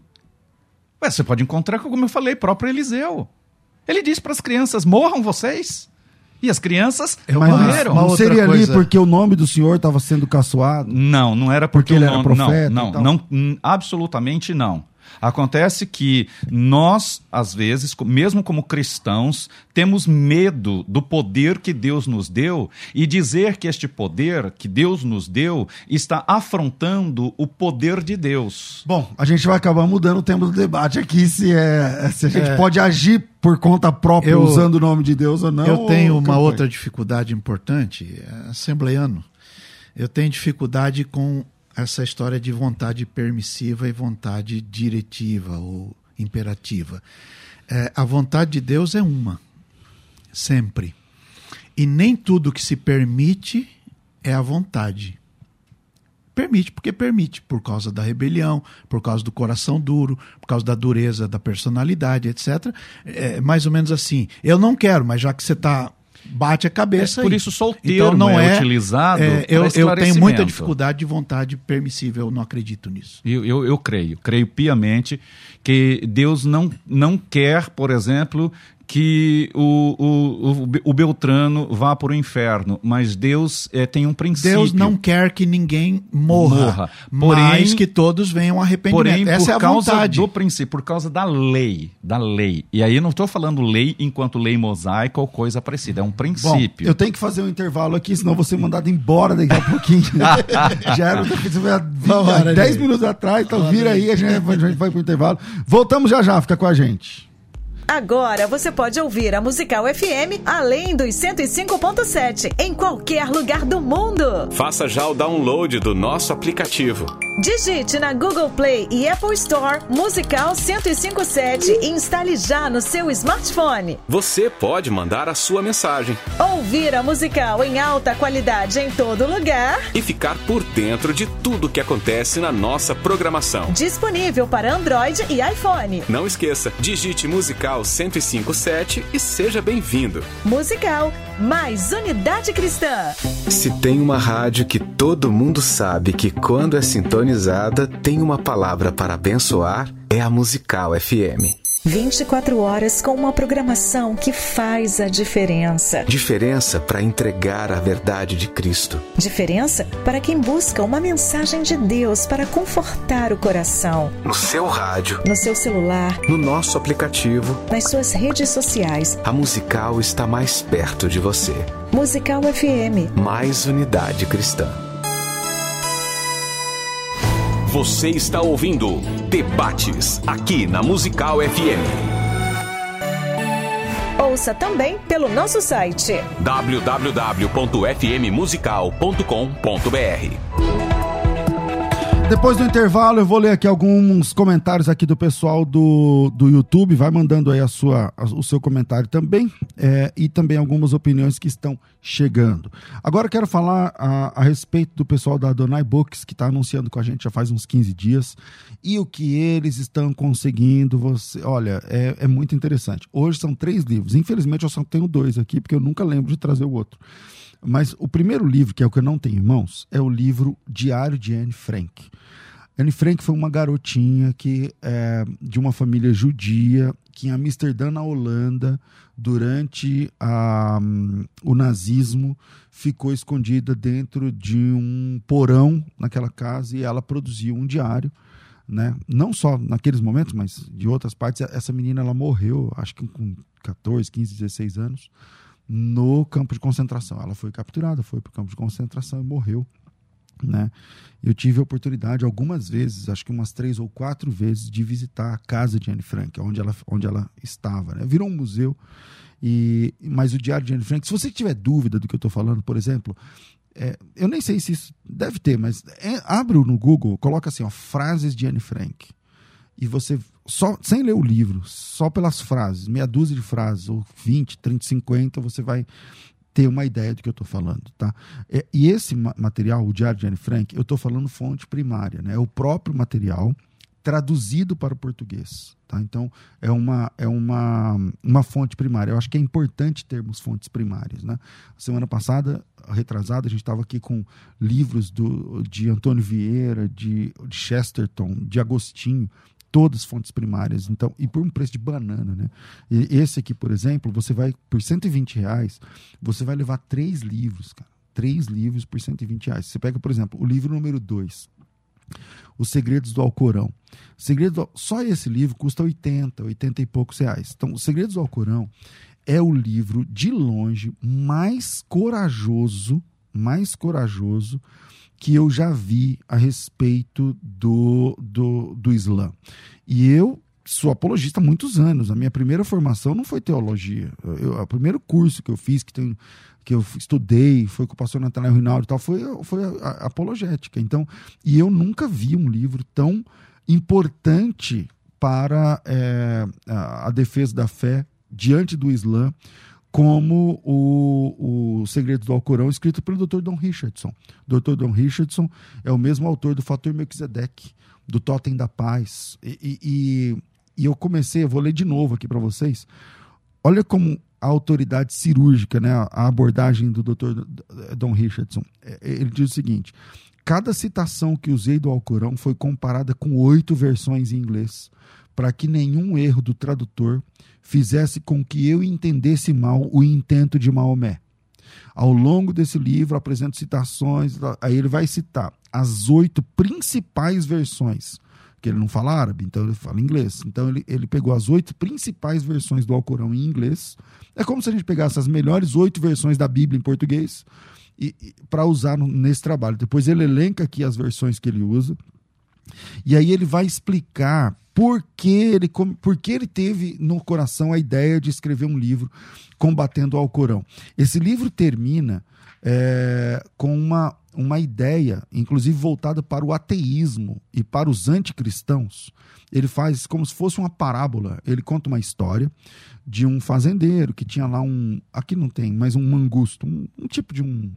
Você pode encontrar, como eu falei, próprio Eliseu. Ele disse para as crianças, morram vocês. E as crianças morreram. Não seria ali porque o nome do senhor estava sendo caçoado? Não era porque ele era profeta? Não, absolutamente não. Acontece que nós, às vezes, mesmo como cristãos, temos medo do poder que Deus nos deu e dizer que este poder que Deus nos deu está afrontando o poder de Deus. Bom, a gente vai acabar mudando o tema do debate aqui, se a gente pode agir por conta própria usando o nome de Deus ou não. Eu tenho uma outra dificuldade importante, assembleiano. Eu tenho dificuldade com essa história de vontade permissiva e vontade diretiva ou imperativa. A vontade de Deus é uma, sempre. E nem tudo que se permite é a vontade. Permite porque permite, por causa da rebelião, por causa do coração duro, por causa da dureza da personalidade, etc. É mais ou menos assim. Eu não quero, mas já que você bate a cabeça. Por isso só o termo então, não é utilizado para eu tenho muita dificuldade de vontade permissível, eu não acredito nisso. Eu creio piamente que Deus não quer, por exemplo, que o Beltrano vá para o inferno, mas Deus tem um princípio. Deus não quer que ninguém morra. Porém, mas que todos venham ao arrependimento. Porém, essa é a vontade. Do princípio, por causa da lei. E aí eu não estou falando lei enquanto lei mosaica ou coisa parecida, é um princípio. Bom, eu tenho que fazer um intervalo aqui, senão vou ser mandado embora daqui a pouquinho. Já era 10 minutos atrás, então vira aí, a gente vai para o intervalo. Voltamos já, fica com a gente. Agora você pode ouvir a Musical FM além dos 105.7 em qualquer lugar do mundo. Faça já o download do nosso aplicativo. Digite na Google Play e Apple Store Musical 105.7 e instale já no seu smartphone. Você pode mandar a sua mensagem. Ouvir a Musical em alta qualidade em todo lugar. E ficar por dentro de tudo que acontece na nossa programação. Disponível para Android e iPhone. Não esqueça, digite Musical 105.7 e seja bem-vindo. Musical, mais unidade cristã. Se tem uma rádio que todo mundo sabe que quando é sintonizada tem uma palavra para abençoar, é a Musical FM. 24 horas com uma programação que faz a diferença. Diferença para entregar a verdade de Cristo. Diferença para quem busca uma mensagem de Deus para confortar o coração. No seu rádio. No seu celular. No nosso aplicativo. Nas suas redes sociais. A Musical está mais perto de você. Musical FM. Mais unidade cristã. Você está ouvindo Debates, aqui na Musical FM. Ouça também pelo nosso site www.fmmusical.com.br. Depois do intervalo, eu vou ler aqui alguns comentários aqui do pessoal do YouTube. Vai mandando aí o seu comentário também. E também algumas opiniões que estão chegando. Agora eu quero falar a respeito do pessoal da Adonai Books, que está anunciando com a gente já faz uns 15 dias. E o que eles estão conseguindo. Olha, é muito interessante. Hoje são 3 livros. Infelizmente eu só tenho 2 aqui, porque eu nunca lembro de trazer o outro. Mas o primeiro livro, que é o que eu não tenho em mãos, é o livro Diário de Anne Frank. Anne Frank foi uma garotinha de uma família judia que em Amsterdã, na Holanda, durante o nazismo, ficou escondida dentro de um porão naquela casa e ela produziu um diário né? Não só naqueles momentos, mas de outras partes. Essa menina, ela morreu, acho que com 14, 15, 16 anos, no campo de concentração. Ela foi capturada, foi para o campo de concentração e morreu, né? Eu tive a oportunidade algumas vezes, acho que umas 3 ou 4 vezes, de visitar a casa de Anne Frank, onde ela estava, né? Virou um museu. Mas o Diário de Anne Frank, se você tiver dúvida do que eu estou falando, por exemplo, eu nem sei se isso deve ter, mas abre no Google, coloca assim, ó, frases de Anne Frank, e você, só sem ler o livro, só pelas frases, meia dúzia de frases, ou 20, 30, 50, você vai ter uma ideia do que eu estou falando, tá? E esse material, o Diário de Anne Frank, eu estou falando fonte primária, né? É o próprio material traduzido para o português, tá? Então, é uma fonte primária. Eu acho que é importante termos fontes primárias, né? Semana passada, retrasada, a gente estava aqui com livros de Antônio Vieira, de Chesterton, de Agostinho, todas fontes primárias, então, e por um preço de banana, né? E esse aqui, por exemplo, você vai, por R$120, você vai levar 3 livros, cara. 3 livros por R$120. Você pega, por exemplo, o livro número 2, Os Segredos do Alcorão. Só esse livro custa 80 e poucos reais. Então, Os Segredos do Alcorão é o livro, de longe, mais corajoso que eu já vi a respeito do Islã. E eu sou apologista há muitos anos. A minha primeira formação não foi teologia. O primeiro curso que eu fiz, que eu estudei, foi com o pastor Natanael Rinaldo e tal, foi a apologética. Então, e eu nunca vi um livro tão importante para a defesa da fé diante do Islã como o Segredos do Alcorão, escrito pelo Dr. Don Richardson. Dr. Don Richardson é o mesmo autor do Fator Melquisedeque, do Totem da Paz. E eu comecei, eu vou ler de novo aqui para vocês. Olha como a autoridade cirúrgica, né, a abordagem do Dr. Don Richardson. Ele diz o seguinte: cada citação que usei do Alcorão foi comparada com 8 versões em inglês, para que nenhum erro do tradutor fizesse com que eu entendesse mal o intento de Maomé. Ao longo desse livro, apresento citações, aí ele vai citar as 8 principais versões, que ele não fala árabe, então ele fala inglês. Então ele pegou as 8 principais versões do Alcorão em inglês. É como se a gente pegasse as melhores 8 versões da Bíblia em português para usar nesse trabalho. Depois ele elenca aqui as versões que ele usa, e aí ele vai explicar por que ele teve no coração a ideia de escrever um livro combatendo o Alcorão. Esse livro termina com uma ideia, inclusive voltada para o ateísmo e para os anticristãos. Ele faz como se fosse uma parábola. Ele conta uma história de um fazendeiro que tinha lá aqui não tem, mas um mangusto, um tipo de um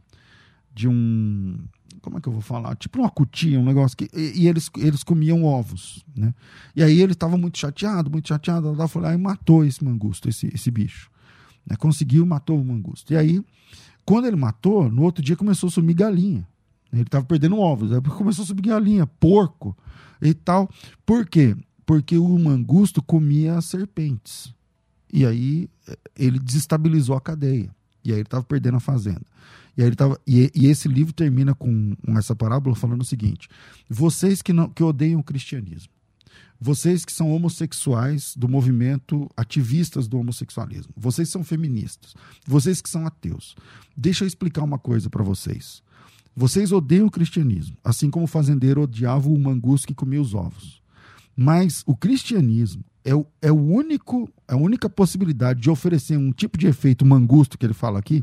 como é que eu vou falar? Tipo uma cutia, um negócio que... E eles comiam ovos, né? E aí ele estava muito chateado, ela foi lá e matou esse mangusto, esse bicho. Né? Conseguiu, matou o mangusto. E aí, quando ele matou, no outro dia começou a sumir galinha. Ele estava perdendo ovos, aí começou a subir galinha, porco e tal. Por quê? Porque o mangusto comia serpentes. E aí ele desestabilizou a cadeia. E aí ele estava perdendo a fazenda. E esse livro termina com essa parábola falando o seguinte: vocês que odeiam o cristianismo, vocês que são homossexuais do movimento, ativistas do homossexualismo, vocês são feministas, vocês que são ateus, deixa eu explicar uma coisa para vocês. Vocês odeiam o cristianismo, assim como o fazendeiro odiava o mangusto que comia os ovos. Mas o cristianismo é a única possibilidade de oferecer um tipo de efeito mangusto, que ele fala aqui,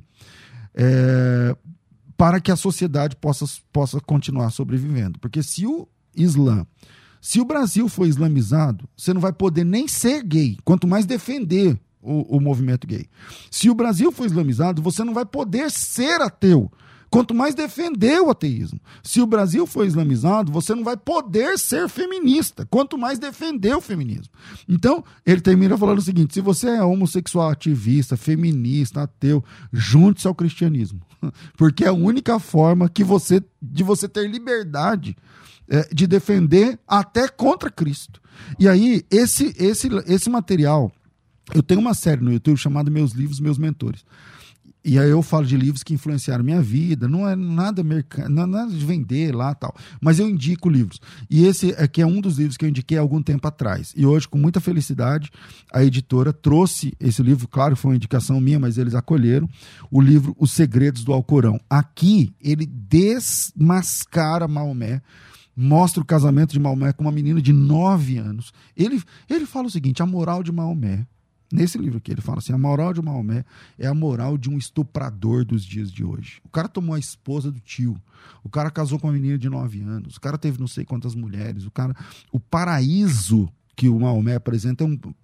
para que a sociedade possa continuar sobrevivendo. Porque se o Brasil for islamizado, você não vai poder nem ser gay, quanto mais defender o movimento gay. Se o Brasil for islamizado, você não vai poder ser ateu, quanto mais defender o ateísmo. Se o Brasil for islamizado, você não vai poder ser feminista, quanto mais defender o feminismo. Então, ele termina falando o seguinte: se você é homossexual, ativista, feminista, ateu, junte-se ao cristianismo. Porque é a única forma de você ter liberdade de defender até contra Cristo. E aí, esse material, eu tenho uma série no YouTube chamada Meus Livros, Meus Mentores. E aí eu falo de livros que influenciaram minha vida, não é nada nada de vender lá e tal, mas eu indico livros. E esse aqui é um dos livros que eu indiquei há algum tempo atrás. E hoje, com muita felicidade, a editora trouxe esse livro, claro, foi uma indicação minha, mas eles acolheram, o livro Os Segredos do Alcorão. Aqui, ele desmascara Maomé, mostra o casamento de Maomé com uma menina de 9 anos. Ele fala o seguinte, a moral de Maomé, nesse livro aqui, ele fala assim, a moral de Maomé é a moral de um estuprador dos dias de hoje. O cara tomou a esposa do tio, o cara casou com uma menina de 9 anos, o cara teve não sei quantas mulheres, o paraíso que o Maomé apresenta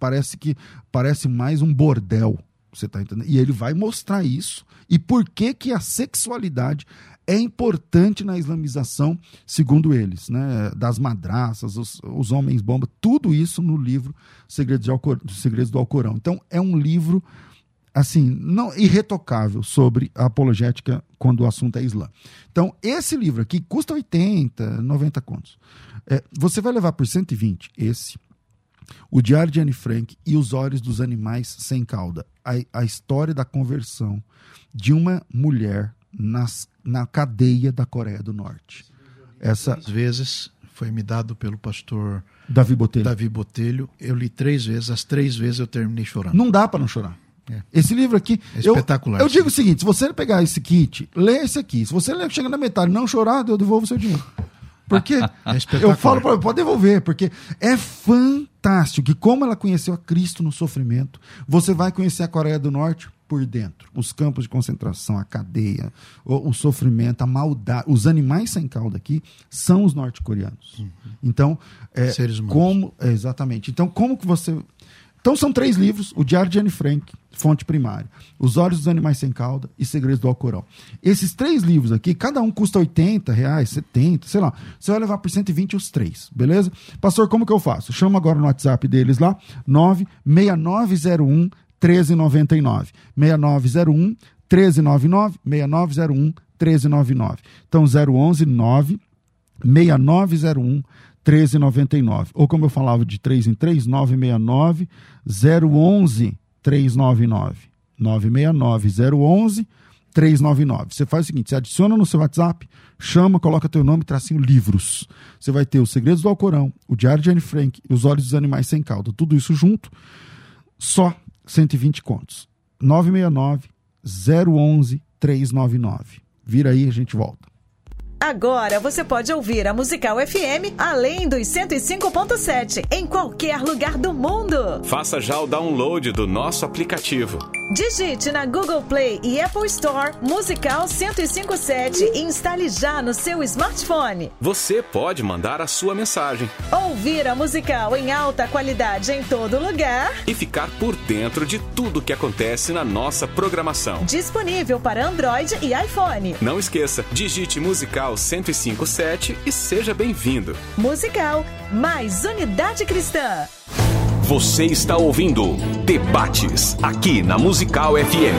parece mais um bordel, você tá entendendo? E ele vai mostrar isso, e por que a sexualidade é importante na islamização, segundo eles, né? Das madraças, os homens bomba, tudo isso no livro Segredos do Alcorão. Então, é um livro assim, não irretocável sobre a apologética quando o assunto é Islã. Então, esse livro aqui custa 80, 90 contos. Você vai levar por 120 esse, o Diário de Anne Frank e Os Olhos dos Animais Sem Cauda. A história da conversão de uma mulher na cadeia da Coreia do Norte. Às vezes foi me dado pelo pastor Davi Botelho. Eu li 3 vezes, as 3 vezes eu terminei chorando. Não dá para não chorar. Esse livro aqui é espetacular. Eu digo o seguinte, se você pegar esse kit, lê esse aqui. Se você chega na metade e não chorar, eu devolvo o seu dinheiro. Porque eu falo para pode devolver, porque é fantástico que como ela conheceu a Cristo no sofrimento, você vai conhecer a Coreia do Norte por dentro. Os campos de concentração, a cadeia, o sofrimento, a maldade. Os animais sem cauda aqui são os norte-coreanos. Então, seres humanos. Exatamente. Então, como que você... Então, são 3 livros, o Diário de Anne Frank, fonte primária, Os Olhos dos Animais Sem Cauda e Segredos do Alcorão. Esses 3 livros aqui, cada um custa R$80, R$70, sei lá. Você vai levar por 120 os 3, beleza? Pastor, como que eu faço? Chama agora no WhatsApp deles lá, 96901 1399. 6901 1399, 6901 1399. Então, 011 9 6901 1399. Ou como eu falava de 3 em 3, 969 011 399. 969 011 399. Você faz o seguinte, você adiciona no seu WhatsApp, chama, coloca teu nome, tracinho livros. Você vai ter Os Segredos do Alcorão, o Diário de Anne Frank e Os Olhos dos Animais Sem Cauda. Tudo isso junto, só 120 contos. 969 011 399. Vira aí, a gente volta. Agora você pode ouvir a Musical FM além dos 105.7 em qualquer lugar do mundo. Faça já o download do nosso aplicativo. Digite na Google Play e Apple Store Musical 105.7 e instale já no seu smartphone. Você pode mandar a sua mensagem. Ouvir a Musical em alta qualidade em todo lugar. E ficar por dentro de tudo que acontece na nossa programação. Disponível para Android e iPhone. Não esqueça, digite Musical 105.7 e seja bem-vindo. Musical, mais unidade cristã. Você está ouvindo Debates, aqui na Musical FM.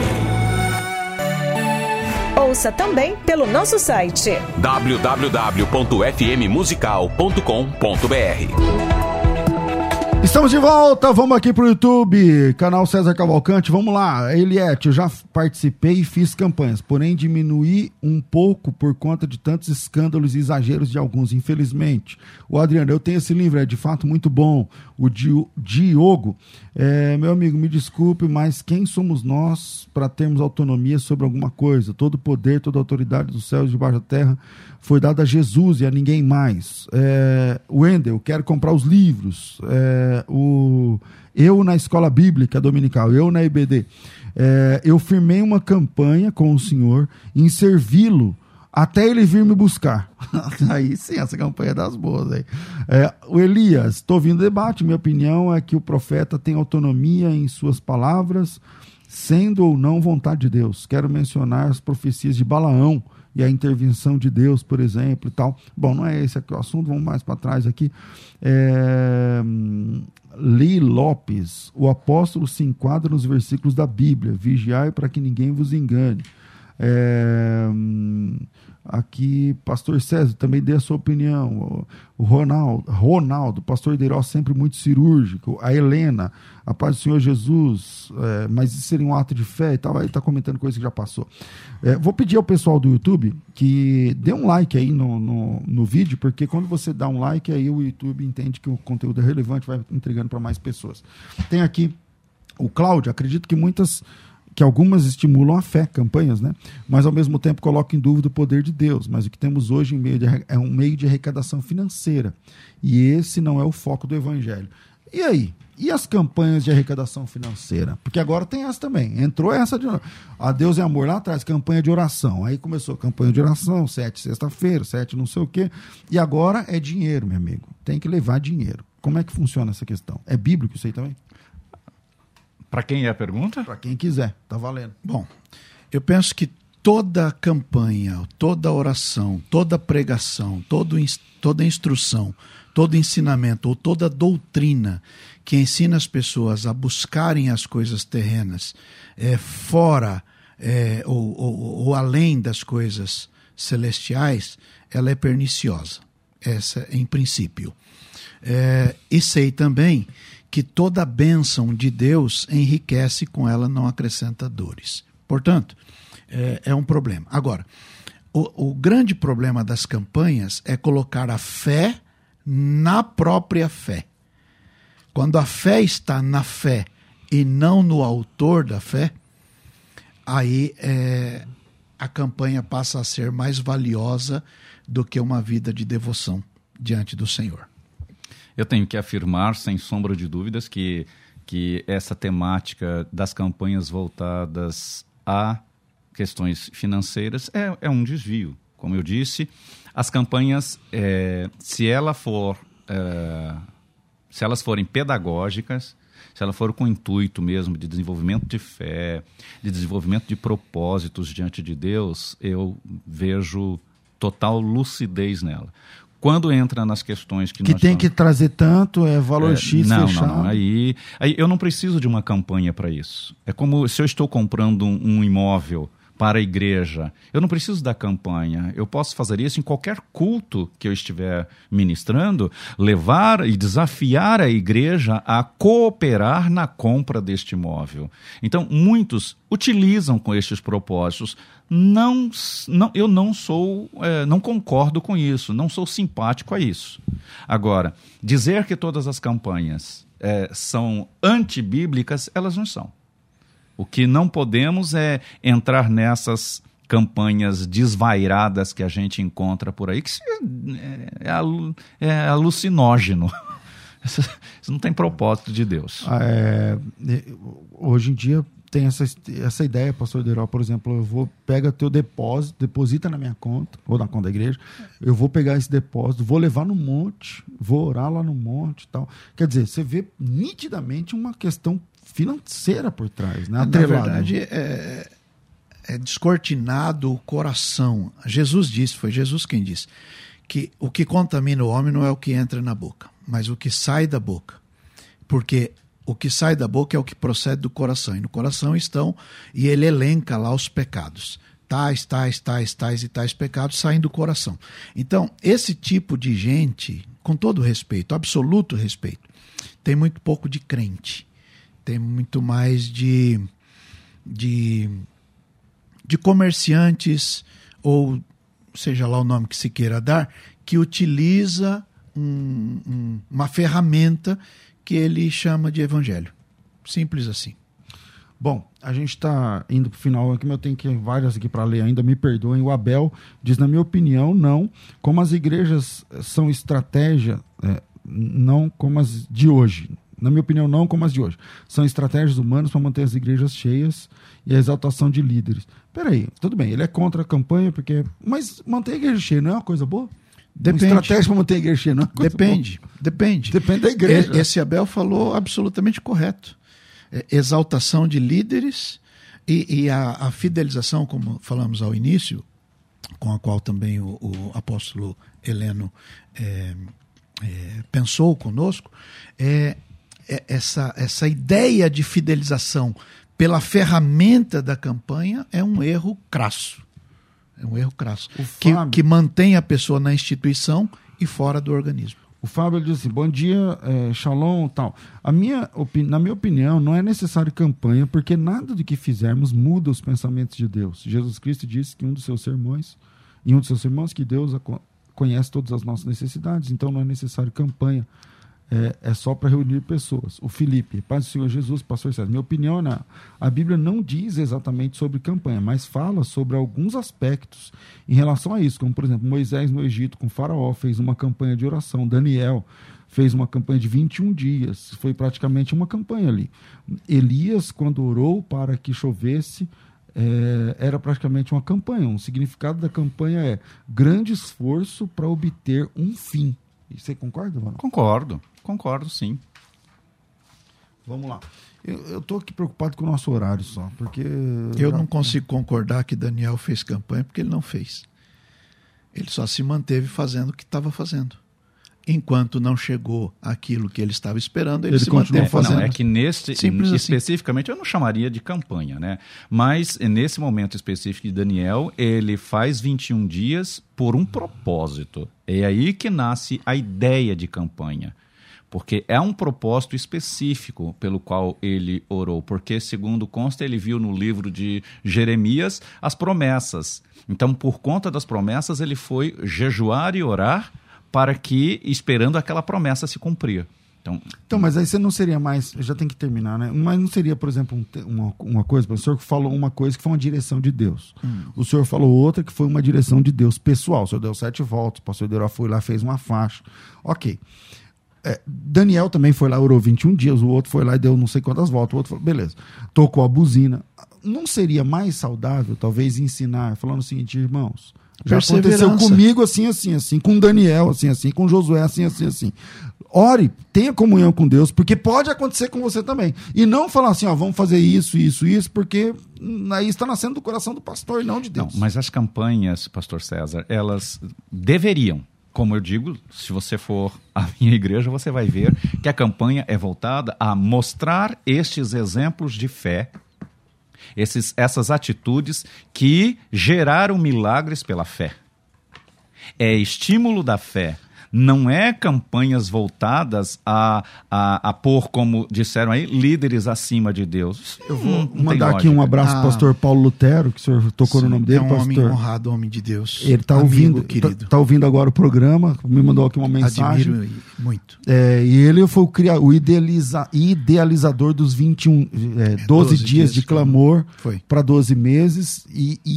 Ouça também pelo nosso site www.fmmusical.com.br. Estamos de volta, vamos aqui pro YouTube, canal César Cavalcante, vamos lá. Eliette, eu já participei e fiz campanhas, porém diminuí um pouco por conta de tantos escândalos e exageros de alguns, infelizmente. O Adriano, eu tenho esse livro, é de fato muito bom. O Diogo, meu amigo, me desculpe, mas quem somos nós para termos autonomia sobre alguma coisa? Todo o poder, toda a autoridade dos céus e debaixo da terra foi dada a Jesus e a ninguém mais. Wendel, quero comprar os livros. Eu na escola bíblica dominical, eu na EBD, eu firmei uma campanha com o Senhor em servi-lo até ele vir me buscar. Aí sim, essa campanha é das boas. Aí. O Elias, estou ouvindo debate, minha opinião é que o profeta tem autonomia em suas palavras, sendo ou não vontade de Deus. Quero mencionar as profecias de Balaão e a intervenção de Deus, por exemplo, e tal. Bom, não é esse aqui o assunto, vamos mais para trás aqui. Lee Lopes, o apóstolo se enquadra nos versículos da Bíblia, vigiai para que ninguém vos engane. Aqui, pastor César, também dê a sua opinião. O Ronaldo, pastor Deiró, sempre muito cirúrgico. A Helena, a paz do Senhor Jesus, mas isso seria um ato de fé e tal. Aí está comentando coisa que já passou. Vou pedir ao pessoal do YouTube que dê um like aí no vídeo, porque quando você dá um like, aí o YouTube entende que o conteúdo é relevante, vai entregando para mais pessoas. Tem aqui o Cláudio, acredito que algumas estimulam a fé, campanhas, né? Mas ao mesmo tempo colocam em dúvida o poder de Deus. Mas o que temos hoje é um meio de arrecadação financeira. E esse não é o foco do evangelho. E aí? E as campanhas de arrecadação financeira? Porque agora tem essa também. Entrou essa de a Deus é Amor lá atrás, campanha de oração. Aí começou a campanha de oração, 7 sexta-feira, 7 não sei o quê. E agora é dinheiro, meu amigo. Tem que levar dinheiro. Como é que funciona essa questão? É bíblico isso aí também? Para quem é a pergunta? Para quem quiser, tá valendo. Bom, eu penso que toda campanha, toda oração, toda pregação, toda instrução, todo ensinamento ou toda doutrina que ensina as pessoas a buscarem as coisas terrenas fora ou além das coisas celestiais, ela é perniciosa. Essa em princípio. E sei também que toda a bênção de Deus enriquece, com ela não acrescenta dores. Portanto, é um problema. Agora, o grande problema das campanhas é colocar a fé na própria fé. Quando a fé está na fé e não no autor da fé, aí a campanha passa a ser mais valiosa do que uma vida de devoção diante do Senhor. Eu tenho que afirmar, sem sombra de dúvidas, que essa temática das campanhas voltadas a questões financeiras é um desvio. Como eu disse, as campanhas, se elas forem pedagógicas, se ela for com o intuito mesmo de desenvolvimento de fé, de desenvolvimento de propósitos diante de Deus, eu vejo total lucidez nela. Quando entra nas questões que nós tem que trazer tanto, valor X fechado. Não. Aí eu não preciso de uma campanha para isso. É como se eu estou comprando um imóvel para a igreja. Eu não preciso da campanha. Eu posso fazer isso em qualquer culto que eu estiver ministrando, levar e desafiar a igreja a cooperar na compra deste imóvel. Então, muitos utilizam com estes propósitos. Eu não concordo com isso, não sou simpático a isso. Agora, dizer que todas as campanhas são antibíblicas, elas não são. O que não podemos é entrar nessas campanhas desvairadas que a gente encontra por aí, que é alucinógeno. Isso não tem propósito de Deus. Hoje em dia tem essa ideia, pastor Deiró, por exemplo, pega teu depósito, deposita na minha conta, ou na conta da igreja, eu vou pegar esse depósito, vou levar no monte, vou orar lá no monte e tal. Quer dizer, você vê nitidamente uma questão financeira por trás, né? Atrelado. Na verdade, é descortinado o coração. Jesus disse, foi Jesus quem disse, que o que contamina o homem não é o que entra na boca, mas o que sai da boca. Porque o que sai da boca é o que procede do coração. E no coração estão, e ele elenca lá os pecados. Tais e tais pecados saem do coração. Então, esse tipo de gente, com todo respeito, absoluto respeito, tem muito pouco de crente. Tem muito mais de comerciantes, ou seja lá o nome que se queira dar, que utiliza uma ferramenta que ele chama de evangelho. Simples assim. Bom, a gente está indo para o final aqui, mas eu tenho várias aqui para ler ainda, me perdoem. O Abel diz, na minha opinião, não. Como as igrejas são estratégia, não como as de hoje. Na minha opinião, não como as de hoje. São estratégias humanas para manter as igrejas cheias e a exaltação de líderes. Peraí, tudo bem, ele é contra a campanha, mas manter a igreja cheia não é uma coisa boa? Depende. Uma estratégia para manter a igreja cheia não é uma coisa Depende. boa? Depende da igreja. Esse Abel falou absolutamente correto. Exaltação de líderes e a fidelização, como falamos ao início, com a qual também o apóstolo Heleno pensou conosco, essa ideia de fidelização pela ferramenta da campanha, é um erro crasso. É um erro crasso. Que mantém a pessoa na instituição e fora do organismo. O Fábio diz assim, bom dia, shalom, tal. Na minha opinião, não é necessário campanha, porque nada do que fizermos muda os pensamentos de Deus. Jesus Cristo disse que em um dos seus sermões, que Deus conhece todas as nossas necessidades, então não é necessário campanha. É só para reunir pessoas. O Felipe, Paz do Senhor Jesus, pastor César. Minha opinião, a Bíblia não diz exatamente sobre campanha, mas fala sobre alguns aspectos em relação a isso, como por exemplo, Moisés no Egito com Faraó fez uma campanha de oração, Daniel fez uma campanha de 21 dias, foi praticamente uma campanha ali. Elias, quando orou para que chovesse, era praticamente uma campanha. O significado da campanha é grande esforço para obter um fim. E você concorda, Mano? Concordo, sim. Vamos lá. Eu estou aqui preocupado com o nosso horário só, porque... Eu não consigo concordar que Daniel fez campanha, porque ele não fez. Ele só se manteve fazendo o que estava fazendo. Enquanto não chegou aquilo que ele estava esperando, ele se manteve fazendo. Não, é que especificamente, eu não chamaria de campanha, né? Mas nesse momento específico de Daniel, ele faz 21 dias por um propósito. É aí que nasce a ideia de campanha. Porque é um propósito específico pelo qual ele orou. Porque, segundo consta, ele viu no livro de Jeremias as promessas. Então, por conta das promessas, ele foi jejuar e orar para que, esperando aquela promessa se cumprir. Então, mas aí você não seria mais... Já tem que terminar, né? Mas não seria, por exemplo, uma coisa... O senhor falou uma coisa que foi uma direção de Deus. O senhor falou outra que foi uma direção de Deus pessoal. O senhor deu 7 voltas, o pastor Deiró foi lá, fez uma faixa. Ok. Daniel também foi lá, orou 21 dias, o outro foi lá e deu não sei quantas voltas, o outro falou, beleza, tocou a buzina. Não seria mais saudável, talvez, ensinar, falando o seguinte, irmãos, já aconteceu comigo assim, com Daniel, assim, com Josué, assim. Ore, tenha comunhão com Deus, porque pode acontecer com você também. E não falar assim, vamos fazer isso, porque aí está nascendo do coração do pastor e não de Deus. Não, mas as campanhas, pastor César, elas deveriam, como eu digo, se você for à minha igreja, você vai ver que a campanha é voltada a mostrar estes exemplos de fé, essas atitudes que geraram milagres pela fé. É estímulo da fé. Não é campanhas voltadas a pôr, como disseram aí, líderes acima de Deus. Eu vou mandar aqui um abraço para o pastor Paulo Lutero, que o senhor tocou no nome dele. É um homem honrado, homem de Deus. Ele está ouvindo, tá ouvindo agora o programa, me mandou aqui uma mensagem. Admiro muito. E ele foi o idealizador dos 12 dias de clamor para 12 meses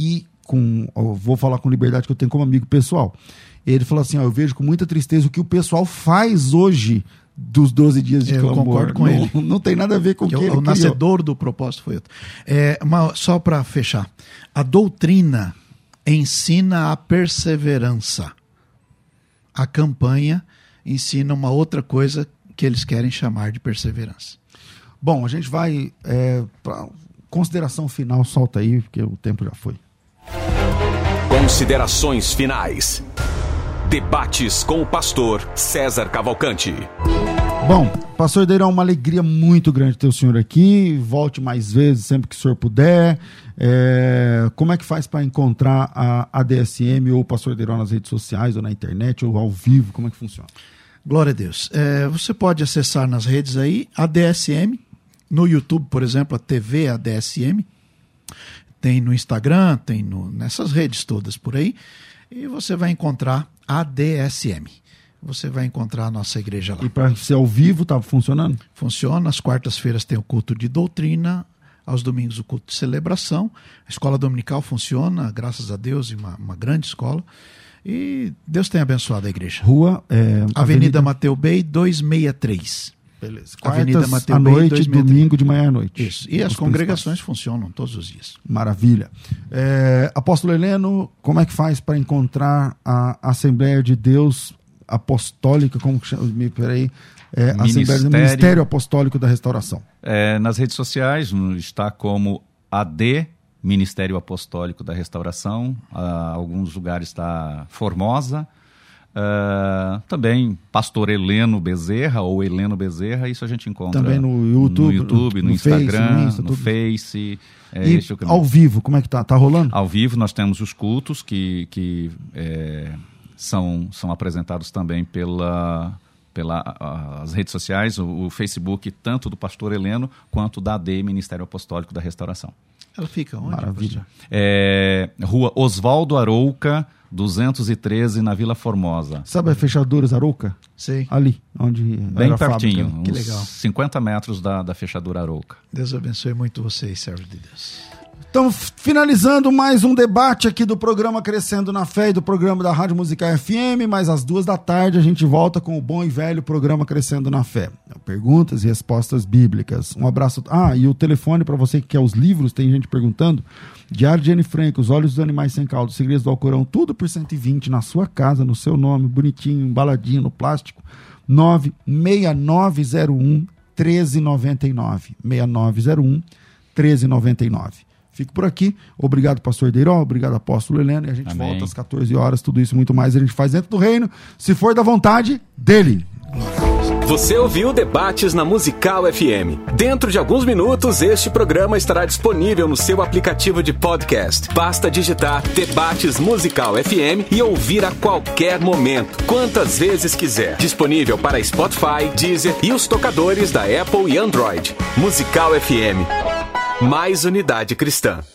vou falar com liberdade que eu tenho como amigo pessoal. Ele falou assim, eu vejo com muita tristeza o que o pessoal faz hoje dos 12 dias de clamor. Eu concordo com ele. Não tem nada a ver com o que ele criou. O nascedor do propósito foi outro. Só para fechar, a doutrina ensina a perseverança. A campanha ensina uma outra coisa que eles querem chamar de perseverança. Bom, a gente vai para consideração final, solta aí, porque o tempo já foi. Considerações finais. Debates com o pastor César Cavalcante. Bom, pastor Deiró, uma alegria muito grande ter o senhor aqui. Volte mais vezes, sempre que o senhor puder. Como é que faz para encontrar a ADSM ou o pastor Deiró nas redes sociais, ou na internet, ou ao vivo? Como é que funciona? Glória a Deus. Você pode acessar nas redes aí, ADSM, no YouTube, por exemplo, a TV ADSM. Tem no Instagram, tem nessas redes todas por aí. E você vai encontrar ADSM. Você vai encontrar a nossa igreja lá. E para ser ao vivo, está funcionando? Funciona. Às quartas-feiras tem o culto de doutrina, aos domingos o culto de celebração. A escola dominical funciona, graças a Deus, uma grande escola. E Deus tem abençoado a igreja. Rua Avenida Mateu Bey, 263. Beleza. Avenida Mateu à Bey, noite, 263. domingo de manhã à noite. Isso. E as congregações funcionam todos os dias. Maravilha. Apóstolo Heleno, como é que faz para encontrar a Assembleia de Deus Apostólica, como que chama? Peraí. Ministério Apostólico da Restauração. Nas redes sociais está como AD Ministério Apostólico da Restauração. Alguns lugares está Formosa. Também Pastor Heleno Bezerra ou Heleno Bezerra, isso a gente encontra também no YouTube, no Instagram, no Face. E ao vivo, como é que tá? Tá rolando? Ao vivo nós temos os cultos que são apresentados também pelas redes sociais, o Facebook, tanto do Pastor Heleno quanto da AD, Ministério Apostólico da Restauração. Ela fica onde? Maravilha. Rua Oswaldo Arouca, 213, na Vila Formosa. Sabe a Fechaduras Arouca? Sei. Ali, onde bem pertinho, fábrica. Que legal. 50 metros da Fechadura Arouca. Deus abençoe muito vocês, servos de Deus. Estamos finalizando mais um debate aqui do programa Crescendo na Fé e do programa da Rádio Musical FM, mas às 14h a gente volta com o bom e velho programa Crescendo na Fé. Perguntas e respostas bíblicas. Um abraço. E o telefone para você que quer os livros, tem gente perguntando. Diário de Anne Frank, Os Olhos dos Animais Sem Caldo, Segredos do Alcorão, tudo por 120 na sua casa, no seu nome, bonitinho, embaladinho no plástico. 96901 1399. 6901 1399. Fico por aqui. Obrigado, pastor Deiró. Obrigado, apóstolo Heleno. E a gente volta às 14h. Tudo isso e muito mais a gente faz dentro do reino, se for da vontade dele. Você ouviu Debates na Musical FM. Dentro de alguns minutos, este programa estará disponível no seu aplicativo de podcast. Basta digitar Debates Musical FM e ouvir a qualquer momento, quantas vezes quiser. Disponível para Spotify, Deezer e os tocadores da Apple e Android. Musical FM. Mais unidade cristã.